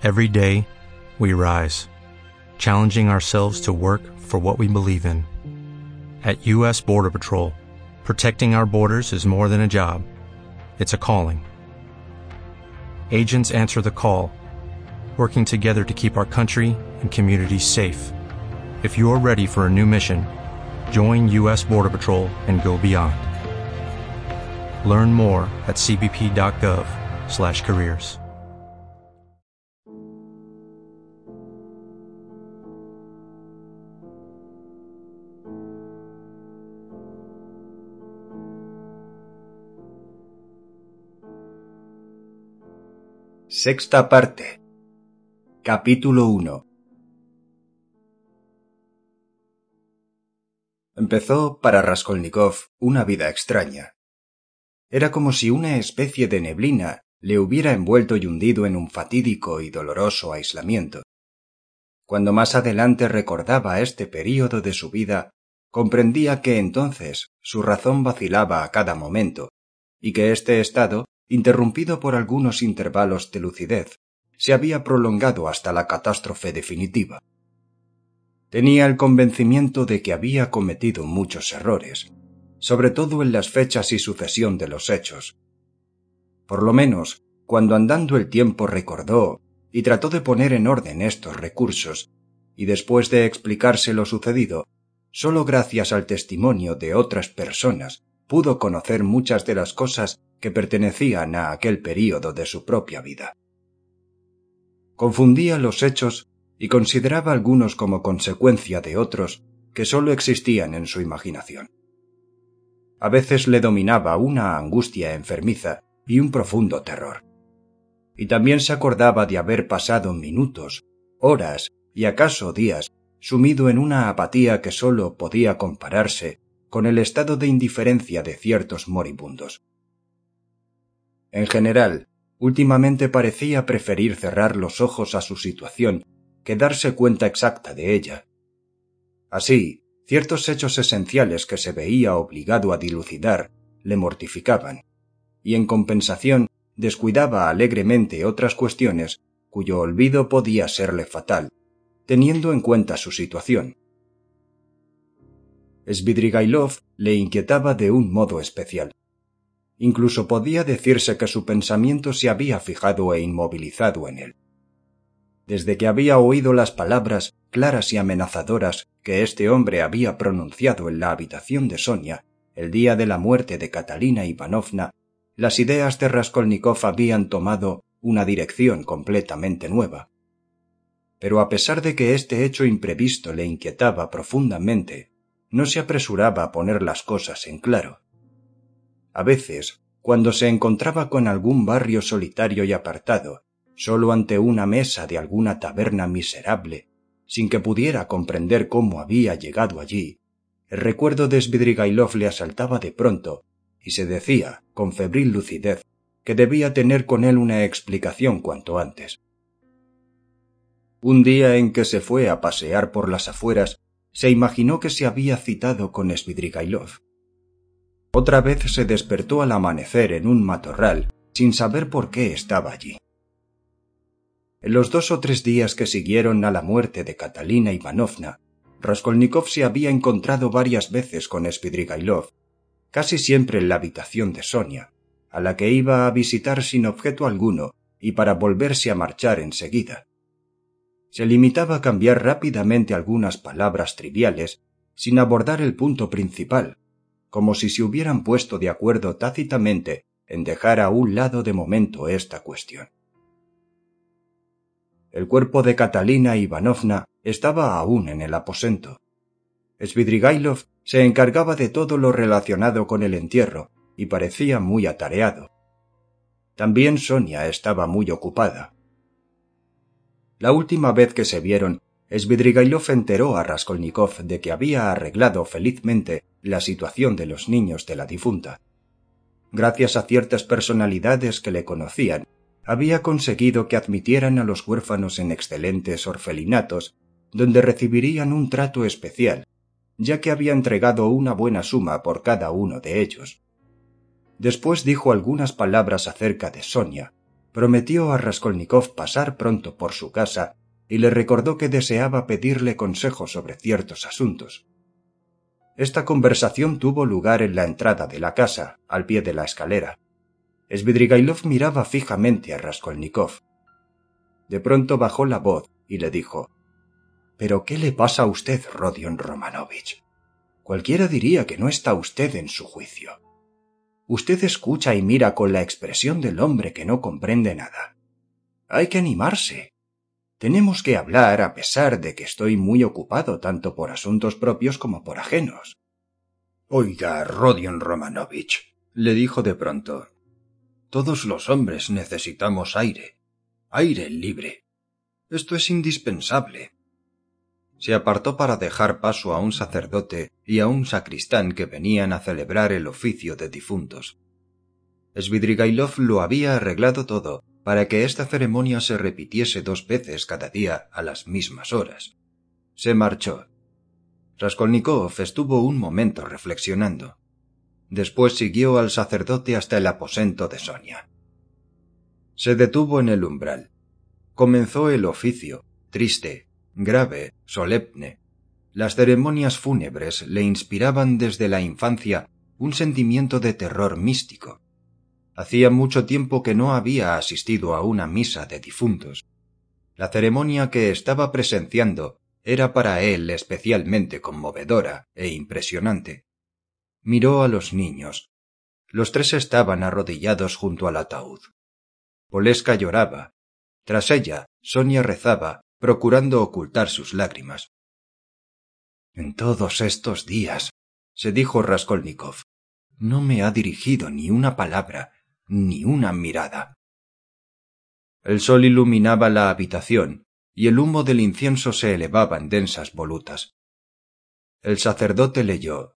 Every day, we rise, challenging ourselves to work for what we believe in. At U.S. Border Patrol, protecting our borders is more than a job. It's a calling. Agents answer the call, working together to keep our country and communities safe. If you are ready for a new mission, join U.S. Border Patrol and go beyond. Learn more at cbp.gov/careers. Sexta parte. Capítulo 1. Empezó para Raskolnikov una vida extraña. Era como si una especie de neblina le hubiera envuelto y hundido en un fatídico y doloroso aislamiento. Cuando más adelante recordaba este período de su vida, comprendía que entonces su razón vacilaba a cada momento, y que este estado, interrumpido por algunos intervalos de lucidez, se había prolongado hasta la catástrofe definitiva. Tenía el convencimiento de que había cometido muchos errores, sobre todo en las fechas y sucesión de los hechos. Por lo menos, cuando andando el tiempo recordó y trató de poner en orden estos recursos, y después de explicarse lo sucedido, sólo gracias al testimonio de otras personas pudo conocer muchas de las cosas que pertenecían a aquel período de su propia vida. Confundía los hechos y consideraba algunos como consecuencia de otros que sólo existían en su imaginación. A veces le dominaba una angustia enfermiza y un profundo terror. Y también se acordaba de haber pasado minutos, horas y acaso días sumido en una apatía que sólo podía compararse con el estado de indiferencia de ciertos moribundos. En general, últimamente parecía preferir cerrar los ojos a su situación que darse cuenta exacta de ella. Así, ciertos hechos esenciales que se veía obligado a dilucidar le mortificaban, y en compensación descuidaba alegremente otras cuestiones cuyo olvido podía serle fatal, teniendo en cuenta su situación. Svidrigailov le inquietaba de un modo especial. Incluso podía decirse que su pensamiento se había fijado e inmovilizado en él. Desde que había oído las palabras claras y amenazadoras que este hombre había pronunciado en la habitación de Sonia el día de la muerte de Catalina Ivanovna, las ideas de Raskolnikov habían tomado una dirección completamente nueva. Pero a pesar de que este hecho imprevisto le inquietaba profundamente, no se apresuraba a poner las cosas en claro. A veces, cuando se encontraba con algún barrio solitario y apartado, solo ante una mesa de alguna taberna miserable, sin que pudiera comprender cómo había llegado allí, el recuerdo de Svidrigailov le asaltaba de pronto y se decía, con febril lucidez, que debía tener con él una explicación cuanto antes. Un día en que se fue a pasear por las afueras, se imaginó que se había citado con Svidrigailov. Otra vez se despertó al amanecer en un matorral, sin saber por qué estaba allí. En los 2 o 3 días que siguieron a la muerte de Catalina Ivanovna, Raskolnikov se había encontrado varias veces con Svidrigailov, casi siempre en la habitación de Sonia, a la que iba a visitar sin objeto alguno y para volverse a marchar enseguida. Se limitaba a cambiar rápidamente algunas palabras triviales, sin abordar el punto principal, como si se hubieran puesto de acuerdo tácitamente en dejar a un lado de momento esta cuestión. El cuerpo de Catalina Ivanovna estaba aún en el aposento. Svidrigailov se encargaba de todo lo relacionado con el entierro y parecía muy atareado. También Sonia estaba muy ocupada. La última vez que se vieron, Svidrigailov enteró a Raskolnikov de que había arreglado felizmente la situación de los niños de la difunta. Gracias a ciertas personalidades que le conocían, había conseguido que admitieran a los huérfanos en excelentes orfelinatos, donde recibirían un trato especial, ya que había entregado una buena suma por cada uno de ellos. Después dijo algunas palabras acerca de Sonia, prometió a Raskolnikov pasar pronto por su casa y le recordó que deseaba pedirle consejo sobre ciertos asuntos. Esta conversación tuvo lugar en la entrada de la casa, al pie de la escalera. Svidrigailov miraba fijamente a Raskolnikov. De pronto bajó la voz y le dijo: «¿Pero qué le pasa a usted, Rodion Romanovich? Cualquiera diría que no está usted en su juicio. Usted escucha y mira con la expresión del hombre que no comprende nada. Hay que animarse. Tenemos que hablar a pesar de que estoy muy ocupado tanto por asuntos propios como por ajenos». «Oiga, Rodion Romanovich», le dijo de pronto, «todos los hombres necesitamos aire libre. Esto es indispensable». Se apartó para dejar paso a un sacerdote y a un sacristán que venían a celebrar el oficio de difuntos. Svidrigailov lo había arreglado todo para que esta ceremonia se repitiese 2 veces cada día a las mismas horas. Se marchó. Raskolnikov estuvo un momento reflexionando. Después siguió al sacerdote hasta el aposento de Sonia. Se detuvo en el umbral. Comenzó el oficio, triste, grave, solemne. Las ceremonias fúnebres le inspiraban desde la infancia un sentimiento de terror místico. Hacía mucho tiempo que no había asistido a una misa de difuntos. La ceremonia que estaba presenciando era para él especialmente conmovedora e impresionante. Miró a los niños. Los 3 estaban arrodillados junto al ataúd. Poleska lloraba. Tras ella, Sonia rezaba, procurando ocultar sus lágrimas. «En todos estos días», se dijo Raskolnikov, «no me ha dirigido ni una palabra, ni una mirada». El sol iluminaba la habitación, y el humo del incienso se elevaba en densas volutas. El sacerdote leyó: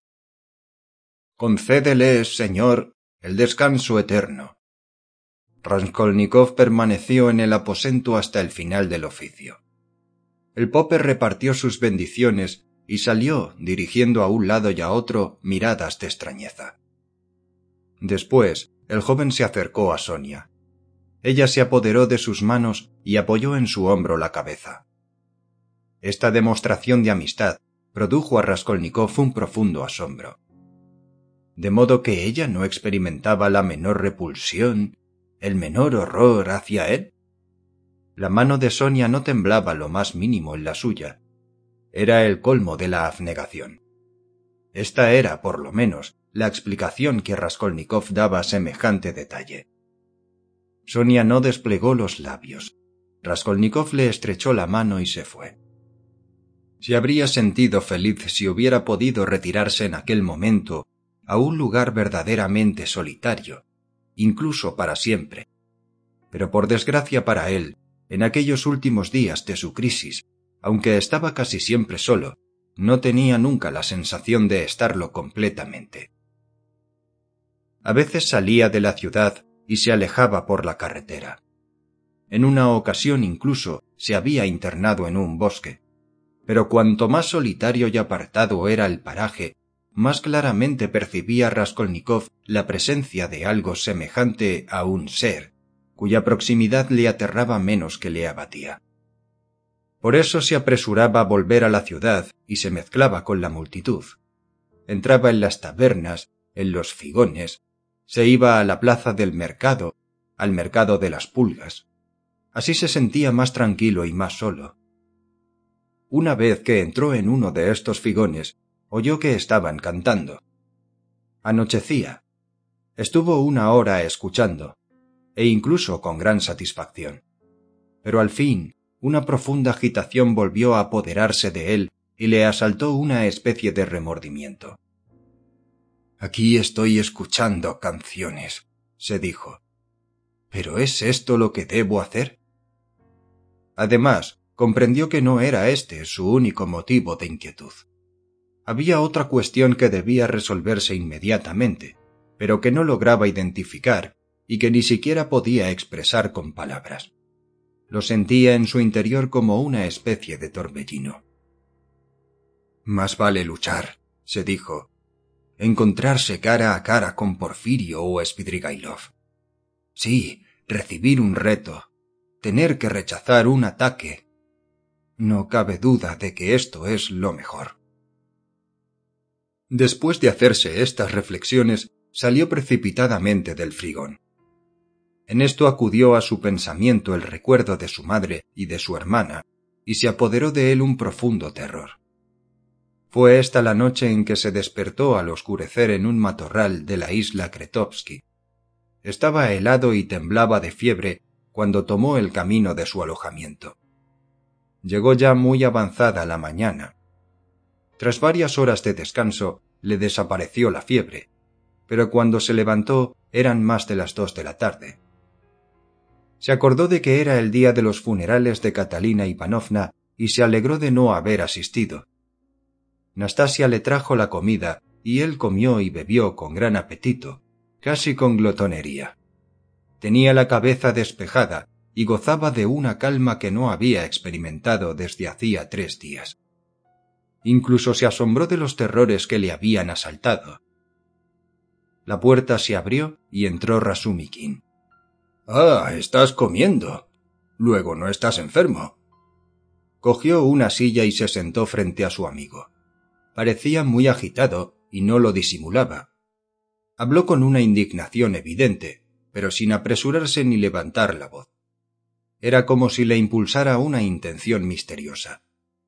«Concédeles, Señor, el descanso eterno». Raskolnikov permaneció en el aposento hasta el final del oficio. El pope repartió sus bendiciones y salió, dirigiendo a un lado y a otro miradas de extrañeza. Después, el joven se acercó a Sonia. Ella se apoderó de sus manos y apoyó en su hombro la cabeza. Esta demostración de amistad produjo a Raskolnikov un profundo asombro. De modo que ella no experimentaba la menor repulsión, el menor horror hacia él. La mano de Sonia no temblaba lo más mínimo en la suya. Era el colmo de la abnegación. Esta era, por lo menos, la explicación que Raskolnikov daba a semejante detalle. Sonia no desplegó los labios. Raskolnikov le estrechó la mano y se fue. Se habría sentido feliz si hubiera podido retirarse en aquel momento a un lugar verdaderamente solitario, incluso para siempre. Pero por desgracia para él, en aquellos últimos días de su crisis, aunque estaba casi siempre solo, no tenía nunca la sensación de estarlo completamente. A veces salía de la ciudad y se alejaba por la carretera. En una ocasión incluso se había internado en un bosque. Pero cuanto más solitario y apartado era el paraje, más claramente percibía Raskolnikov la presencia de algo semejante a un ser, cuya proximidad le aterraba menos que le abatía. Por eso se apresuraba a volver a la ciudad y se mezclaba con la multitud. Entraba en las tabernas, en los figones, se iba a la plaza del mercado, al mercado de las pulgas. Así se sentía más tranquilo y más solo. Una vez que entró en uno de estos figones, oyó que estaban cantando. Anochecía. Estuvo 1 hora escuchando, e incluso con gran satisfacción. Pero al fin, una profunda agitación volvió a apoderarse de él y le asaltó una especie de remordimiento. «Aquí estoy escuchando canciones», se dijo. «¿Pero es esto lo que debo hacer?» Además, comprendió que no era este su único motivo de inquietud. Había otra cuestión que debía resolverse inmediatamente, pero que no lograba identificar y que ni siquiera podía expresar con palabras. Lo sentía en su interior como una especie de torbellino. «Más vale luchar», se dijo, «encontrarse cara a cara con Porfirio o Svidrigailov. Sí, recibir un reto, tener que rechazar un ataque. No cabe duda de que esto es lo mejor. Después de hacerse estas reflexiones, salió precipitadamente del frigón. En esto acudió a su pensamiento el recuerdo de su madre y de su hermana, y se apoderó de él un profundo terror. Fue esta la noche en que se despertó al oscurecer en un matorral de la isla Kretovsky. Estaba helado y temblaba de fiebre cuando tomó el camino de su alojamiento. Llegó ya muy avanzada la mañana. Tras varias horas de descanso, le desapareció la fiebre, pero cuando se levantó eran más de las 2 de la tarde. Se acordó de que era el día de los funerales de Catalina Ivanovna y se alegró de no haber asistido. Nastasia le trajo la comida y él comió y bebió con gran apetito, casi con glotonería. Tenía la cabeza despejada y gozaba de una calma que no había experimentado desde hacía 3 días. Incluso se asombró de los terrores que le habían asaltado. La puerta se abrió y entró Razumikin. «Ah, estás comiendo. Luego no estás enfermo». Cogió una silla y se sentó frente a su amigo. Parecía muy agitado y no lo disimulaba. Habló con una indignación evidente, pero sin apresurarse ni levantar la voz. Era como si le impulsara una intención misteriosa.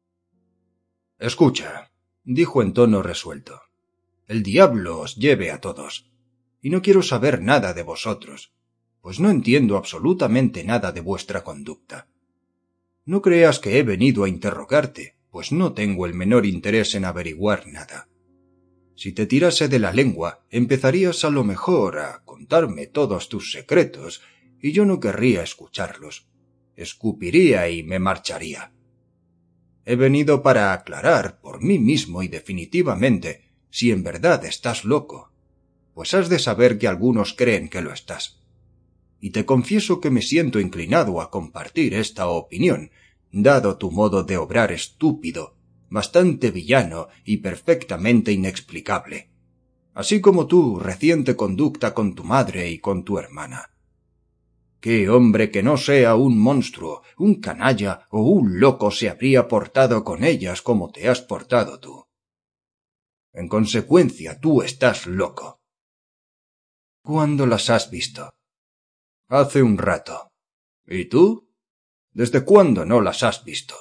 «Escucha», dijo en tono resuelto, «el diablo os lleve a todos. Y no quiero saber nada de vosotros, pues no entiendo absolutamente nada de vuestra conducta. No creas que he venido a interrogarte, pues no tengo el menor interés en averiguar nada. Si te tirase de la lengua, empezarías a lo mejor a contarme todos tus secretos, y yo no querría escucharlos. Escupiría y me marcharía. He venido para aclarar por mí mismo y definitivamente si en verdad estás loco, pues has de saber que algunos creen que lo estás. Y te confieso que me siento inclinado a compartir esta opinión, dado tu modo de obrar estúpido, bastante villano y perfectamente inexplicable, así como tu reciente conducta con tu madre y con tu hermana. ¿Qué hombre que no sea un monstruo, un canalla o un loco se habría portado con ellas como te has portado tú? En consecuencia, tú estás loco. ¿Cuándo las has visto? Hace un rato. ¿Y tú? ¿Desde cuándo no las has visto?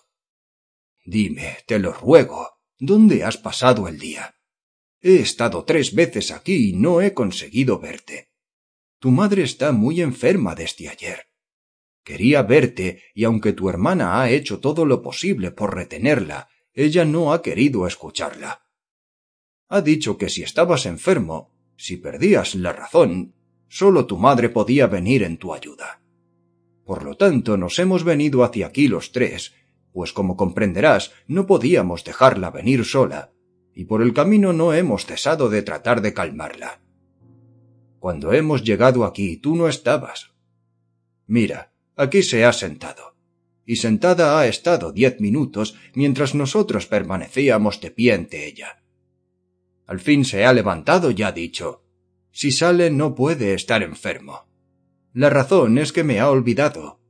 Dime, te lo ruego, ¿dónde has pasado el día? He estado 3 veces aquí y no he conseguido verte. Tu madre está muy enferma desde ayer. Quería verte y aunque tu hermana ha hecho todo lo posible por retenerla, ella no ha querido escucharla. Ha dicho que si estabas enfermo, si perdías la razón, solo tu madre podía venir en tu ayuda. Por lo tanto, nos hemos venido hacia aquí los 3, pues como comprenderás, no podíamos dejarla venir sola, y por el camino no hemos cesado de tratar de calmarla. Cuando hemos llegado aquí, tú no estabas. Mira, aquí se ha sentado. Y sentada ha estado 10 minutos mientras nosotros permanecíamos de pie ante ella. Al fin se ha levantado y ha dicho: si sale no puede estar enfermo. La razón es que me ha olvidado.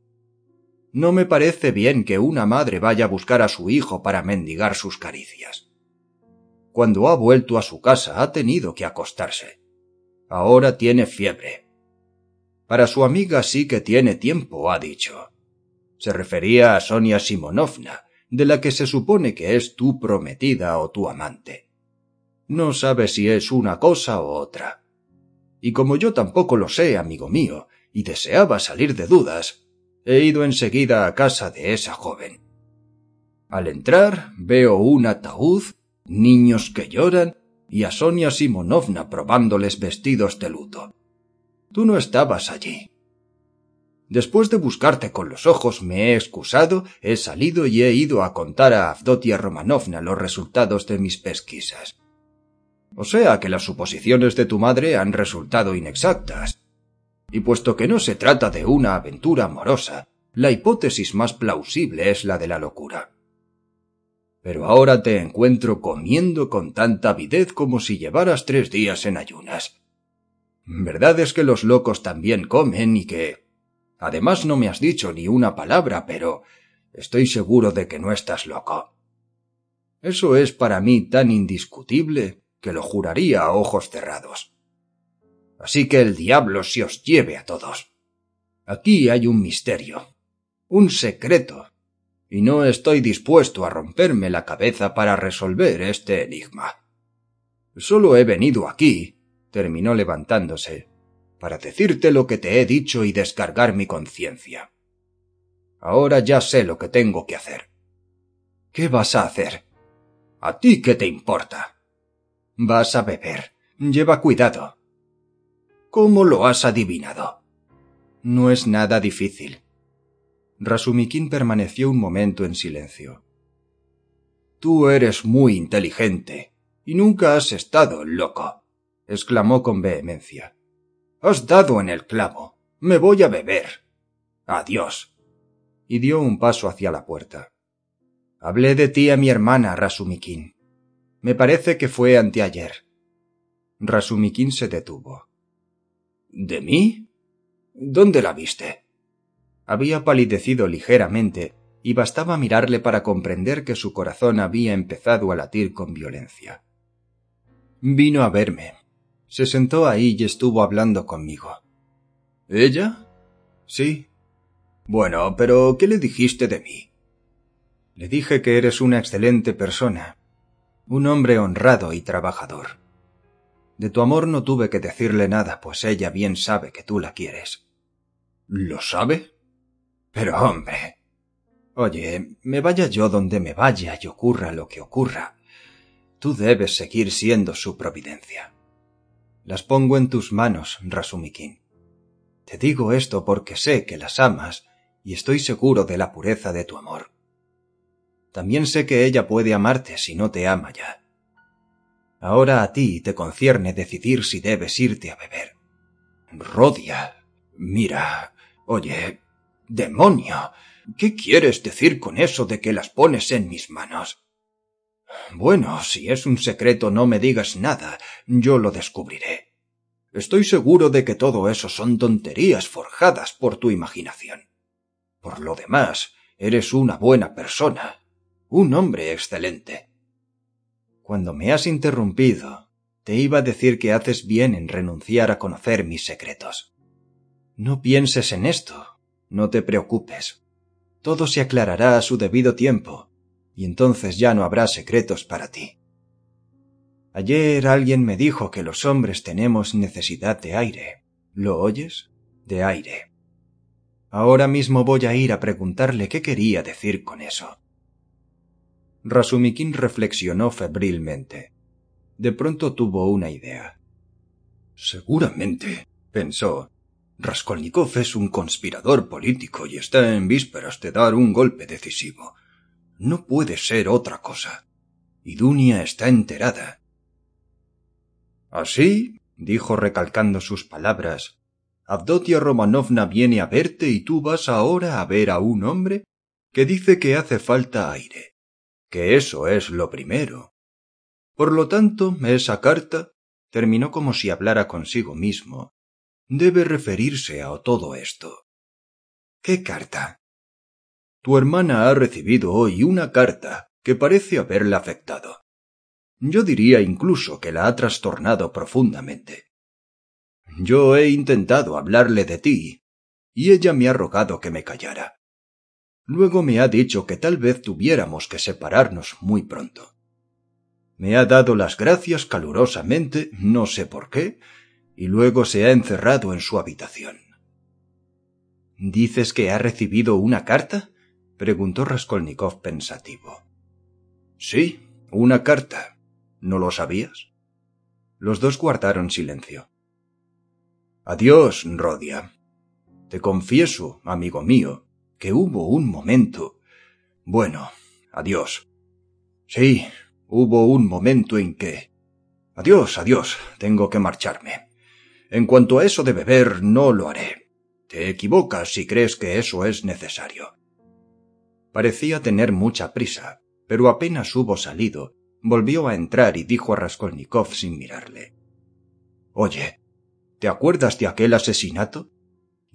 No me parece bien que una madre vaya a buscar a su hijo para mendigar sus caricias. Cuando ha vuelto a su casa ha tenido que acostarse. Ahora tiene fiebre. Para su amiga sí que tiene tiempo, ha dicho. Se refería a Sonia Simonovna, de la que se supone que es tu prometida o tu amante. No sabe si es una cosa o otra. Y como yo tampoco lo sé, amigo mío, y deseaba salir de dudas, he ido enseguida a casa de esa joven. Al entrar veo un ataúd, niños que lloran y a Sonia Simonovna probándoles vestidos de luto. Tú no estabas allí. Después de buscarte con los ojos me he excusado, he salido y he ido a contar a Avdotia Romanovna los resultados de mis pesquisas. O sea que las suposiciones de tu madre han resultado inexactas. Y puesto que no se trata de una aventura amorosa, la hipótesis más plausible es la de la locura. Pero ahora te encuentro comiendo con tanta avidez como si llevaras 3 días en ayunas. Verdad es que los locos también comen y que... Además no me has dicho ni una palabra, pero estoy seguro de que no estás loco. Eso es para mí tan indiscutible que lo juraría a ojos cerrados. Así que el diablo se os lleve a todos. Aquí hay un misterio, un secreto, y no estoy dispuesto a romperme la cabeza para resolver este enigma. Solo he venido aquí, terminó levantándose, para decirte lo que te he dicho y descargar mi conciencia. Ahora ya sé lo que tengo que hacer. ¿Qué vas a hacer? ¿A ti qué te importa? Vas a beber. Lleva cuidado. ¿Cómo lo has adivinado? No es nada difícil. Razumikin permaneció un momento en silencio. Tú eres muy inteligente y nunca has estado loco, exclamó con vehemencia. Has dado en el clavo. Me voy a beber. Adiós. Y dio un paso hacia la puerta. Hablé de ti a mi hermana, Razumikin. Me parece que fue anteayer. Razumikin se detuvo. ¿De mí? ¿Dónde la viste? Había palidecido ligeramente y bastaba mirarle para comprender que su corazón había empezado a latir con violencia. Vino a verme. Se sentó ahí y estuvo hablando conmigo. ¿Ella? Sí. Bueno, pero ¿qué le dijiste de mí? Le dije que eres una excelente persona, un hombre honrado y trabajador. De tu amor no tuve que decirle nada, pues ella bien sabe que tú la quieres. ¿Lo sabe? Pero hombre... Oye, me vaya yo donde me vaya y ocurra lo que ocurra, tú debes seguir siendo su providencia. Las pongo en tus manos, Razumikin. Te digo esto porque sé que las amas y estoy seguro de la pureza de tu amor. También sé que ella puede amarte si no te ama ya. Ahora a ti te concierne decidir si debes irte a beber. Rodia, mira, oye, demonio, ¿qué quieres decir con eso de que las pones en mis manos? Bueno, si es un secreto no me digas nada, yo lo descubriré. Estoy seguro de que todo eso son tonterías forjadas por tu imaginación. Por lo demás, eres una buena persona, un hombre excelente. Cuando me has interrumpido, te iba a decir que haces bien en renunciar a conocer mis secretos. No pienses en esto, no te preocupes. Todo se aclarará a su debido tiempo, y entonces ya no habrá secretos para ti. Ayer alguien me dijo que los hombres tenemos necesidad de aire. ¿Lo oyes? De aire. Ahora mismo voy a ir a preguntarle qué quería decir con eso. Razumikin reflexionó febrilmente. De pronto tuvo una idea. Seguramente, pensó, Raskolnikov es un conspirador político y está en vísperas de dar un golpe decisivo. No puede ser otra cosa. Y Dunia está enterada. ¿Así? Dijo recalcando sus palabras. ¿Avdotia Romanovna viene a verte y tú vas ahora a ver a un hombre que dice que hace falta aire? Que eso es lo primero. Por lo tanto, esa carta, terminó como si hablara consigo mismo, debe referirse a todo esto. ¿Qué carta? Tu hermana ha recibido hoy una carta que parece haberla afectado. Yo diría incluso que la ha trastornado profundamente. Yo he intentado hablarle de ti, y ella me ha rogado que me callara. Luego me ha dicho que tal vez tuviéramos que separarnos muy pronto. Me ha dado las gracias calurosamente, no sé por qué, y luego se ha encerrado en su habitación. ¿Dices que ha recibido una carta? Preguntó Raskolnikov pensativo. Sí, una carta. ¿No lo sabías? Los dos guardaron silencio. Adiós, Rodia. Te confieso, amigo mío, que hubo un momento... Bueno, adiós. Sí, hubo un momento en que... Adiós, adiós, tengo que marcharme. En cuanto a eso de beber, no lo haré. Te equivocas si crees que eso es necesario. Parecía tener mucha prisa, pero apenas hubo salido, volvió a entrar y dijo a Raskolnikov sin mirarle. Oye, ¿te acuerdas de aquel asesinato?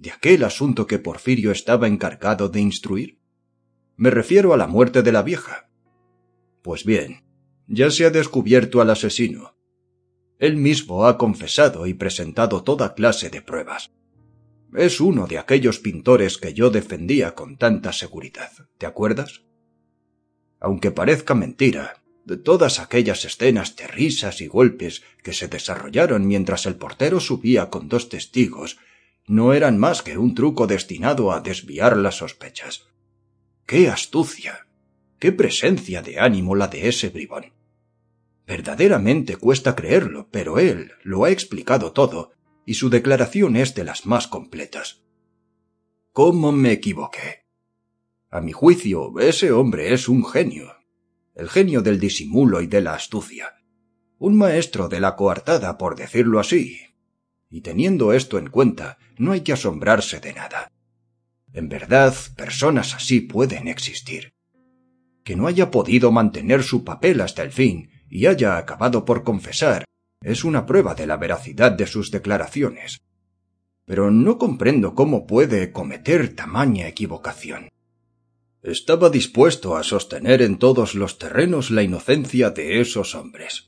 ¿De aquel asunto que Porfirio estaba encargado de instruir? Me refiero a la muerte de la vieja. Pues bien, ya se ha descubierto al asesino. Él mismo ha confesado y presentado toda clase de pruebas. Es uno de aquellos pintores que yo defendía con tanta seguridad, ¿te acuerdas? Aunque parezca mentira, de todas aquellas escenas de risas y golpes que se desarrollaron mientras el portero subía con 2 testigos, no eran más que un truco destinado a desviar las sospechas. ¡Qué astucia! ¡Qué presencia de ánimo la de ese bribón! Verdaderamente cuesta creerlo, pero él lo ha explicado todo, y su declaración es de las más completas. ¿Cómo me equivoqué? A mi juicio, ese hombre es un genio. El genio del disimulo y de la astucia. Un maestro de la coartada, por decirlo así. Y teniendo esto en cuenta, no hay que asombrarse de nada. En verdad, personas así pueden existir. Que no haya podido mantener su papel hasta el fin y haya acabado por confesar es una prueba de la veracidad de sus declaraciones. Pero no comprendo cómo puede cometer tamaña equivocación. Estaba dispuesto a sostener en todos los terrenos la inocencia de esos hombres.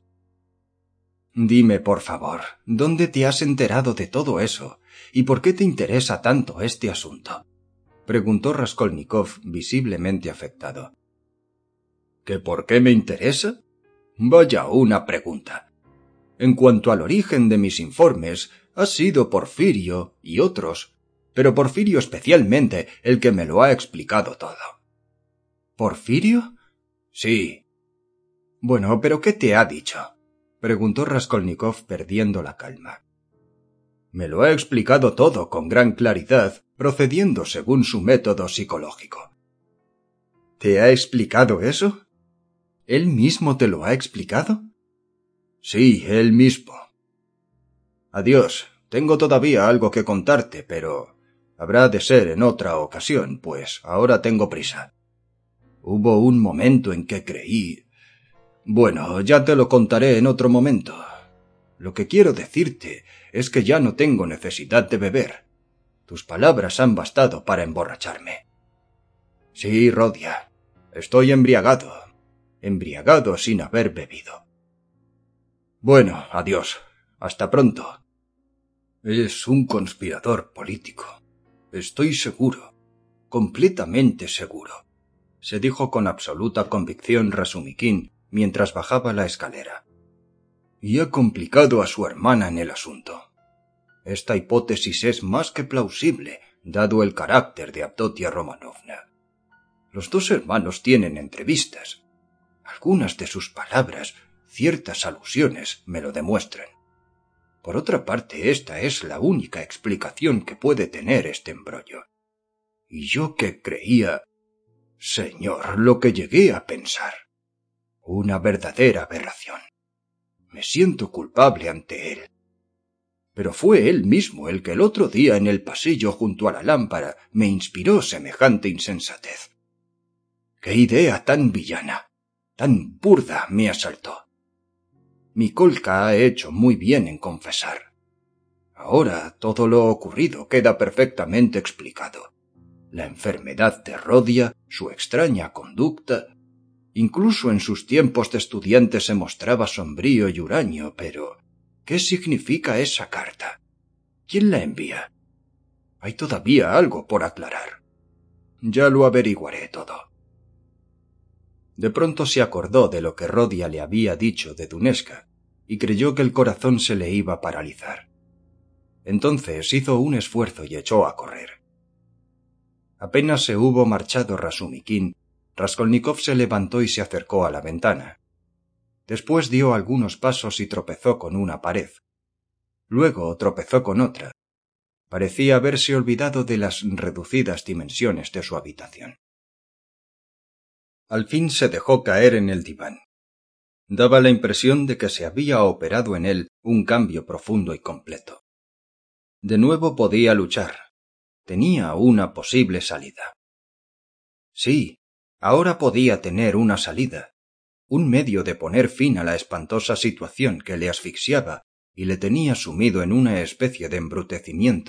Dime, por favor, ¿dónde te has enterado de todo eso? ¿Y por qué te interesa tanto este asunto? Preguntó Raskolnikov, visiblemente afectado. ¿Que por qué me interesa? Vaya una pregunta. En cuanto al origen de mis informes, ha sido Porfirio y otros, pero Porfirio especialmente el que me lo ha explicado todo. ¿Porfirio? Sí. Bueno, ¿pero qué te ha dicho? Preguntó Raskolnikov perdiendo la calma. Me lo ha explicado todo con gran claridad, procediendo según su método psicológico. ¿Te ha explicado eso? ¿Él mismo te lo ha explicado? Sí, él mismo. Adiós, tengo todavía algo que contarte, pero habrá de ser en otra ocasión, pues ahora tengo prisa. Hubo un momento en que creí... Bueno, ya te lo contaré en otro momento. Lo que quiero decirte es que ya no tengo necesidad de beber. Tus palabras han bastado para emborracharme. Sí, Rodia, estoy embriagado. Embriagado sin haber bebido. Bueno, adiós. Hasta pronto. Es un conspirador político. Estoy seguro. Completamente seguro. Se dijo con absoluta convicción Razumikin mientras bajaba la escalera. Y ha complicado a su hermana en el asunto. Esta hipótesis es más que plausible, dado el carácter de Avdotia Romanovna. Los 2 hermanos tienen entrevistas. Algunas de sus palabras, ciertas alusiones, me lo demuestran. Por otra parte, esta es la única explicación que puede tener este embrollo. Y yo que creía... Señor, lo que llegué a pensar. Una verdadera aberración. Me siento culpable ante él. Pero fue él mismo el que el otro día en el pasillo junto a la lámpara me inspiró semejante insensatez. ¡Qué idea tan villana, tan burda me asaltó! Mikolka ha hecho muy bien en confesar. Ahora todo lo ocurrido queda perfectamente explicado. La enfermedad de Rodia, su extraña conducta... Incluso en sus tiempos de estudiante se mostraba sombrío y huraño, pero... ¿qué significa esa carta? ¿Quién la envía? Hay todavía algo por aclarar. Ya lo averiguaré todo. De pronto se acordó de lo que Rodia le había dicho de Dunezka y creyó que el corazón se le iba a paralizar. Entonces hizo un esfuerzo y echó a correr. Apenas se hubo marchado Razumikin, Raskolnikov se levantó y se acercó a la ventana. Después dio algunos pasos y tropezó con una pared. Luego tropezó con otra. Parecía haberse olvidado de las reducidas dimensiones de su habitación. Al fin se dejó caer en el diván. Daba la impresión de que se había operado en él un cambio profundo y completo. De nuevo podía luchar. Tenía una posible salida. Sí, ahora podía tener una salida, un medio de poner fin a la espantosa situación que le asfixiaba y le tenía sumido en una especie de embrutecimiento,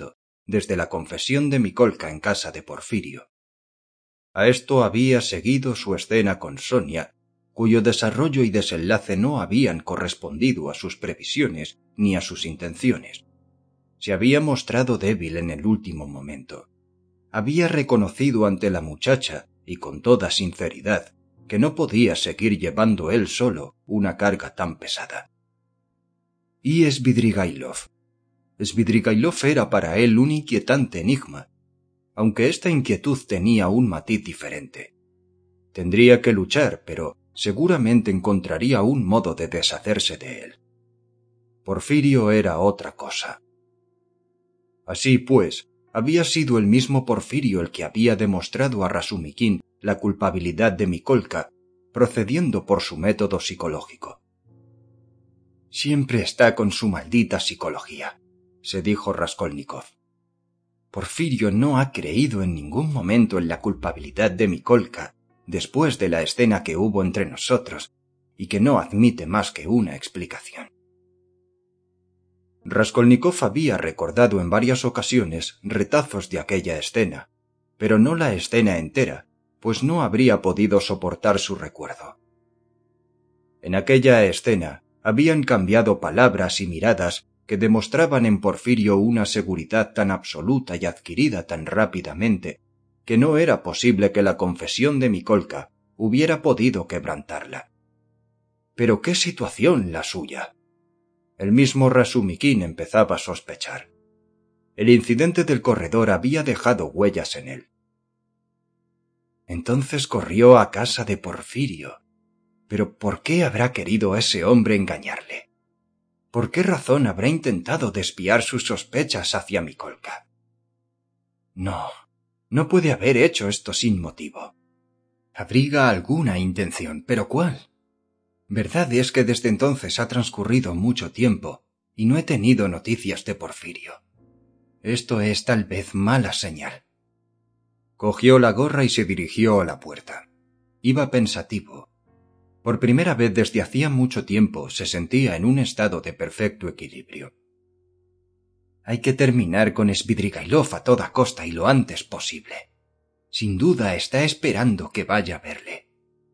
desde la confesión de Mikolka en casa de Porfirio. A esto había seguido su escena con Sonia, cuyo desarrollo y desenlace no habían correspondido a sus previsiones ni a sus intenciones. Se había mostrado débil en el último momento. Había reconocido ante la muchacha, y con toda sinceridad, que no podía seguir llevando él solo una carga tan pesada. ¿Y Svidrigailov? Svidrigailov era para él un inquietante enigma, aunque esta inquietud tenía un matiz diferente. Tendría que luchar, pero seguramente encontraría un modo de deshacerse de él. Porfirio era otra cosa. Así pues, había sido el mismo Porfirio el que había demostrado a Razumikin la culpabilidad de Mikolka, procediendo por su método psicológico. Siempre está con su maldita psicología, se dijo Raskolnikov. Porfirio no ha creído en ningún momento en la culpabilidad de Mikolka, después de la escena que hubo entre nosotros, y que no admite más que una explicación. Raskolnikov había recordado en varias ocasiones retazos de aquella escena, pero no la escena entera, pues no habría podido soportar su recuerdo. En aquella escena habían cambiado palabras y miradas que demostraban en Porfirio una seguridad tan absoluta y adquirida tan rápidamente que no era posible que la confesión de Mikolka hubiera podido quebrantarla. Pero qué situación la suya. El mismo Razumikin empezaba a sospechar. El incidente del corredor había dejado huellas en él. Entonces corrió a casa de Porfirio. ¿Pero por qué habrá querido ese hombre engañarle? ¿Por qué razón habrá intentado desviar sus sospechas hacia Mikolka? No puede haber hecho esto sin motivo. Abriga alguna intención, ¿pero cuál? Verdad es que desde entonces ha transcurrido mucho tiempo y no he tenido noticias de Porfirio. Esto es tal vez mala señal. Cogió la gorra y se dirigió a la puerta. Iba pensativo. Por primera vez desde hacía mucho tiempo se sentía en un estado de perfecto equilibrio. Hay que terminar con Svidrigailov a toda costa y lo antes posible. Sin duda está esperando que vaya a verle.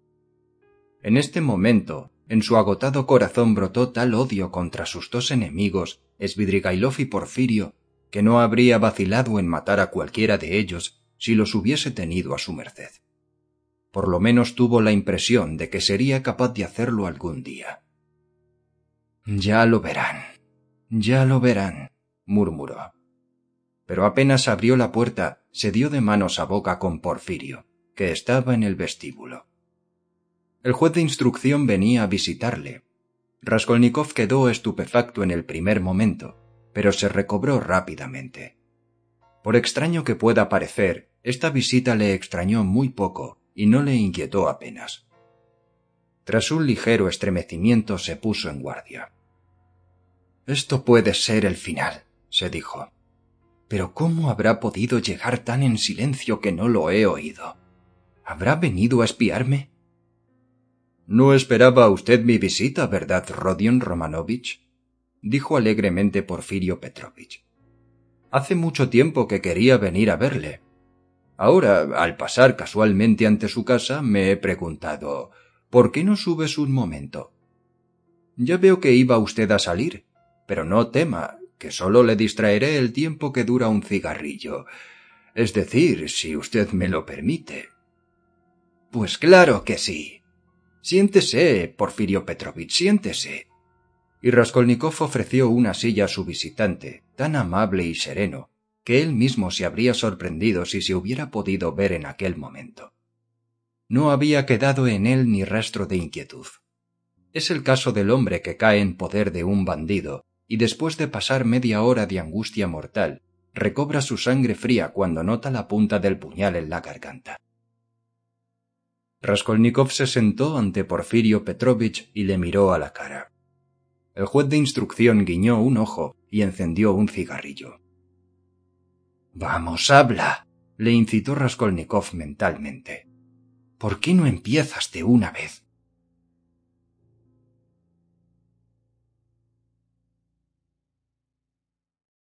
En este momento, en su agotado corazón brotó tal odio contra sus dos enemigos, Svidrigailov y Porfirio, que no habría vacilado en matar a cualquiera de ellos si los hubiese tenido a su merced. Por lo menos tuvo la impresión de que sería capaz de hacerlo algún día. Ya lo verán, murmuró. Pero apenas abrió la puerta, se dio de manos a boca con Porfirio, que estaba en el vestíbulo. El juez de instrucción venía a visitarle. Raskolnikov quedó estupefacto en el primer momento, pero se recobró rápidamente. Por extraño que pueda parecer, esta visita le extrañó muy poco y no le inquietó apenas. Tras un ligero estremecimiento se puso en guardia. Esto puede ser el final, se dijo. Pero ¿cómo habrá podido llegar tan en silencio que no lo he oído? ¿Habrá venido a espiarme? No esperaba usted mi visita, ¿verdad, Rodion Romanovich? Dijo alegremente Porfirio Petrovich. Hace mucho tiempo que quería venir a verle. Ahora, al pasar casualmente ante su casa, me he preguntado, ¿por qué no subes un momento? Ya veo que iba usted a salir, pero no tema, que solo le distraeré el tiempo que dura un cigarrillo. Es decir, si usted me lo permite. Pues claro que sí. Siéntese, Porfirio Petrovich, siéntese. Y Raskolnikov ofreció una silla a su visitante, tan amable y sereno, que él mismo se habría sorprendido si se hubiera podido ver en aquel momento. No había quedado en él ni rastro de inquietud. Es el caso del hombre que cae en poder de un bandido y después de pasar media hora de angustia mortal, recobra su sangre fría cuando nota la punta del puñal en la garganta. Raskolnikov se sentó ante Porfirio Petrovich y le miró a la cara. El juez de instrucción guiñó un ojo y encendió un cigarrillo. «Vamos, habla», le incitó Raskolnikov mentalmente. «¿Por qué no empiezas de una vez?